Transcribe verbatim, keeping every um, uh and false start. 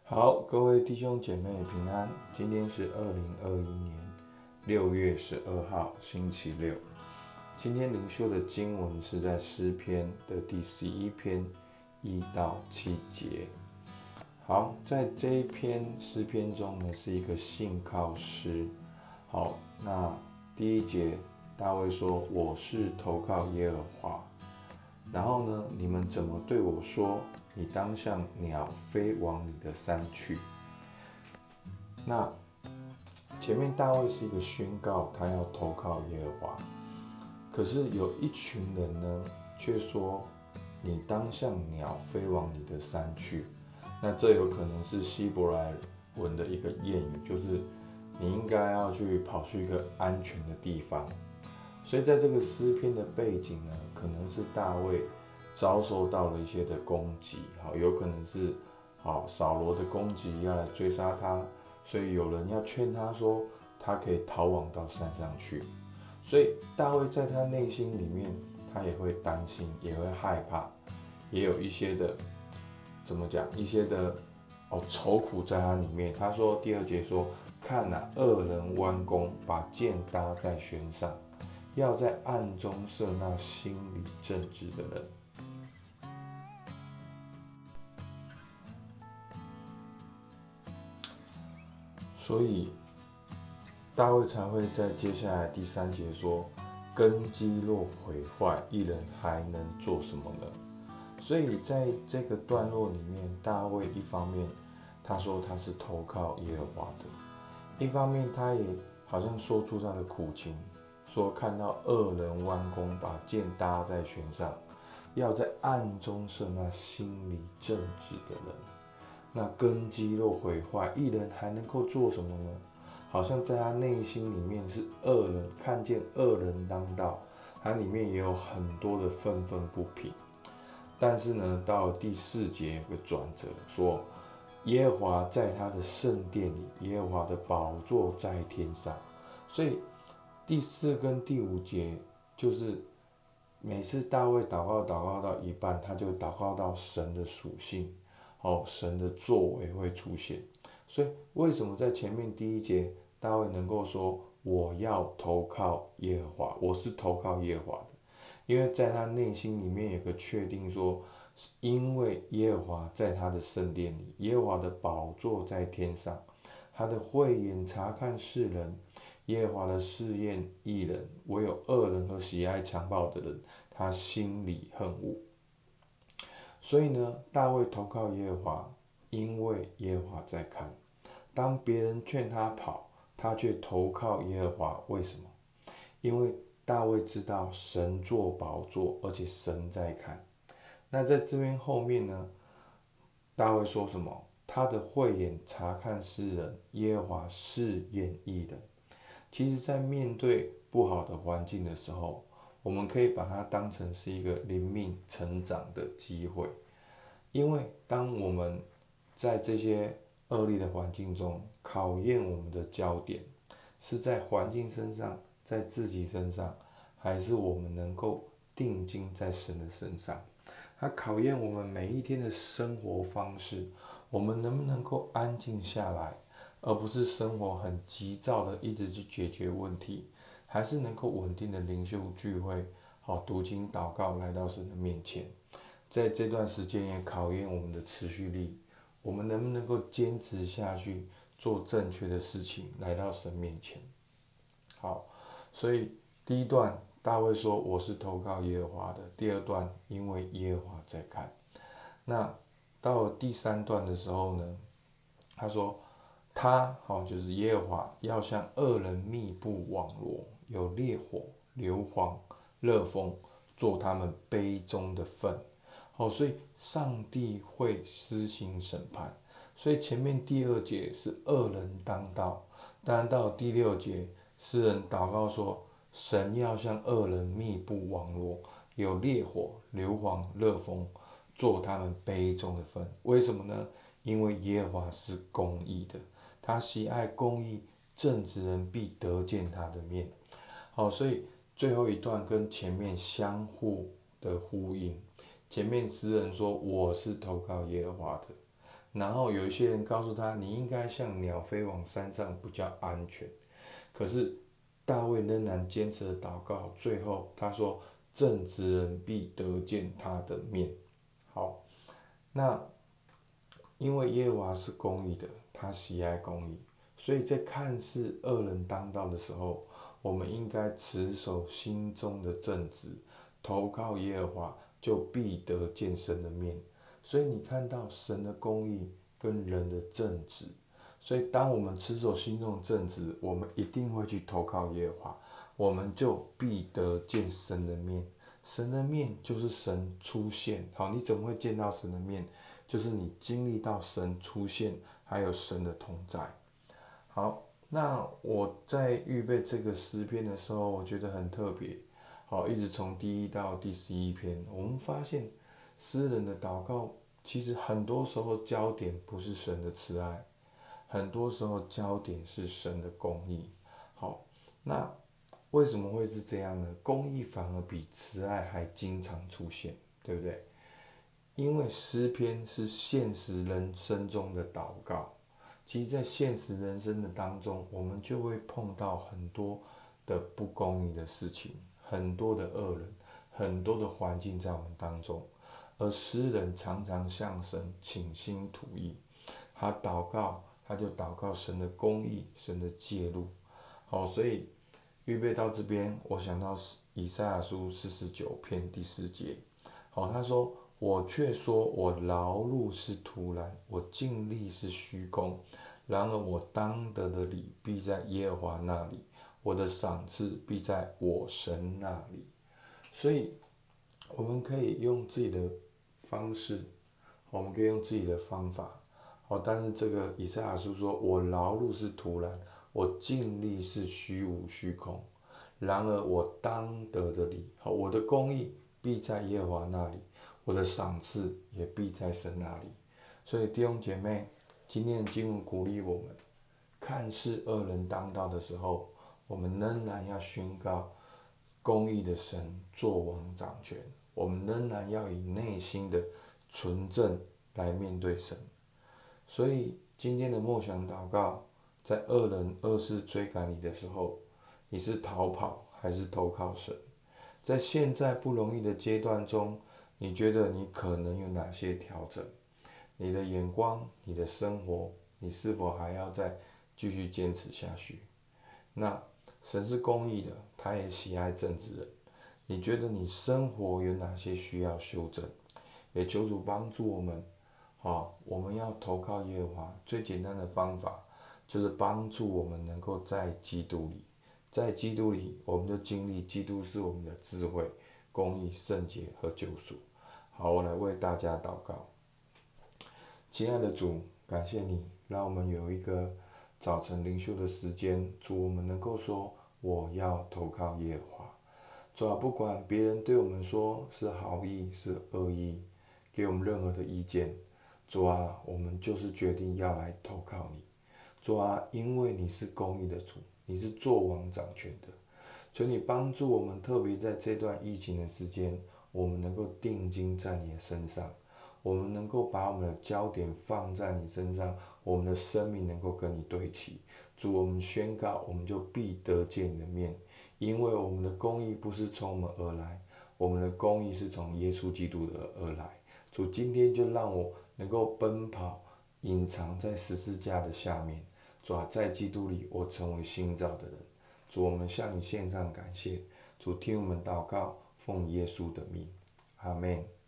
好，各位弟兄姐妹平安。今天是二零二一年六月十二号，星期六。今天灵修的经文是在诗篇的第十一篇一到七节。好，在这一篇诗篇中呢，是一个信靠诗。好，那第一节大卫说：“我是投靠耶和华。”然后呢，你们怎么对我说？你当像鸟飞往你的山去。那前面大卫是一个宣告，他要投靠耶和华。可是有一群人呢，却说你当像鸟飞往你的山去。那这有可能是希伯来文的一个谚语，就是你应该要去跑去一个安全的地方。所以在这个诗篇的背景呢，可能是大卫遭受到了一些的攻击，好，有可能是好扫罗的攻击要来追杀他，所以有人要劝他说，他可以逃往到山上去。所以大卫在他内心里面，他也会担心，也会害怕，也有一些的怎么讲，一些的哦愁苦在他里面。他说第二节说，看啊，恶人弯弓，把箭搭在弦上，要在暗中射那心里正直的人。所以大卫才会在接下来第三节说：“根基若毁坏，一人还能做什么呢？”所以在这个段落里面，大卫一方面他说他是投靠耶和华的，一方面他也好像说出他的苦情，说看到恶人弯弓，把箭搭在弦上，要在暗中射那心里正直的人。那根基若毁坏，一人还能够做什么呢？好像在他内心里面是恶人，看见恶人当道，他里面也有很多的愤愤不平。但是呢，到了第四节有个转折，说耶和华在他的圣殿里，耶和华的宝座在天上。所以第四跟第五节就是每次大卫祷告祷告到一半，他就祷告到神的属性。哦，神的作为会出现，所以为什么在前面第一节大卫能够说我要投靠耶和华，我是投靠耶和华的？因为在他内心里面有个确定说，因为耶和华在他的圣殿里，耶和华的宝座在天上，他的慧眼察看世人，耶和华的试验义人，唯有恶人和喜爱强暴的人，他心里恨恶。所以呢，大卫投靠耶和华，因为耶和华在看。当别人劝他跑，他却投靠耶和华。为什么？因为大卫知道神坐宝座，而且神在看。那在这边后面呢，大卫说什么？他的慧眼察看世人，耶和华试验义人。其实，在面对不好的环境的时候，我们可以把它当成是一个灵命成长的机会。因为当我们在这些恶劣的环境中，考验我们的焦点是在环境身上，在自己身上，还是我们能够定睛在神的身上？它考验我们每一天的生活方式，我们能不能够安静下来，而不是生活很急躁的一直去解决问题，还是能够稳定的灵修聚会，好读经祷告，来到神的面前。在这段时间也考验我们的持续力，我们能不能够坚持下去，做正确的事情，来到神面前。好，所以第一段大卫说我是投靠耶和华的，第二段因为耶和华在看。那到了第三段的时候呢，他说他好就是耶和华要向恶人密布网罗，有烈火、硫磺、热风做他们杯中的分。好，所以上帝会施行审判。所以前面第二节是恶人当道，当然到第六节，诗人祷告说，神要向恶人密布网罗，有烈火、硫磺、热风，做他们杯中的分。为什么呢？因为耶和华是公义的，他喜爱公义，正直人必得见他的面。好，所以最后一段跟前面相互的呼应。前面诗人说我是投靠耶和华的， 然后有一些人告诉他，你应该像鸟飞往山上比较安全。可是大卫仍然坚持的祷告，最后他说：正直人必得见他的面。好，那因为耶和华是公义的，他喜爱公义，所以在看似恶人当道的时候，我们应该持守心中的正直，投靠耶和华，就必得见神的面。所以你看到神的公义跟人的正直，所以当我们持守心中的正直，我们一定会去投靠耶和华，我们就必得见神的面。神的面就是神出现。好，你怎么会见到神的面？就是你经历到神出现，还有神的同在。好，那我在预备这个诗篇的时候，我觉得很特别。好，一直从第一到第十一篇，我们发现诗人的祷告，其实很多时候焦点不是神的慈爱，很多时候焦点是神的公义。好，那为什么会是这样呢？公义反而比慈爱还经常出现，对不对？因为诗篇是现实人生中的祷告，其实在现实人生的当中，我们就会碰到很多的不公义的事情，很多的恶人，很多的环境在我们当中，而诗人常常向神倾心吐意，他祷告，他就祷告神的公义，神的介入。好，所以预备到这边，我想到以赛亚书四十九篇第四节。好，他说：我却说我劳碌是徒然，我尽力是虚空。然而我当得的理必在耶和华那里，我的赏赐必在我神那里。所以，我们可以用自己的方式，我们可以用自己的方法。好，但是这个以赛亚书说：我劳碌是徒然，我尽力是虚无虚空。然而我当得的理，好，我的公义必在耶和华那里，我的赏赐也必在神那里。所以弟兄姐妹，今天的经文鼓励我们，看似恶人当道的时候，我们仍然要宣告公义的神作王掌权，我们仍然要以内心的纯正来面对神。所以今天的默想祷告，在恶人恶事追赶你的时候，你是逃跑还是投靠神？在现在不容易的阶段中，你觉得你可能有哪些调整？你的眼光，你的生活，你是否还要再继续坚持下去？那神是公义的，他也喜爱正直人。你觉得你生活有哪些需要修正？也求主帮助我们。好，我们要投靠耶和华，最简单的方法就是帮助我们能够在基督里，在基督里，我们就经历基督是我们的智慧、公义、圣洁和救赎。好，我来为大家祷告。亲爱的主，感谢你让我们有一个早晨灵修的时间。主，我们能够说我要投靠耶和华。主啊，不管别人对我们说是好意是恶意，给我们任何的意见，主啊，我们就是决定要来投靠你。主啊，因为你是公义的主，你是作王掌权的，求你帮助我们，特别在这段疫情的时间，我们能够定睛在你的身上，我们能够把我们的焦点放在你身上，我们的生命能够跟你对齐。主，我们宣告，我们就必得见你的面，因为我们的公义不是从我们而来，我们的公义是从耶稣基督的而来。主，今天就让我能够奔跑，隐藏在十字架的下面。主啊，在基督里，我成为新造的人。主，我们向你献上感谢。主，听我们祷告，奉耶稣的名，阿们。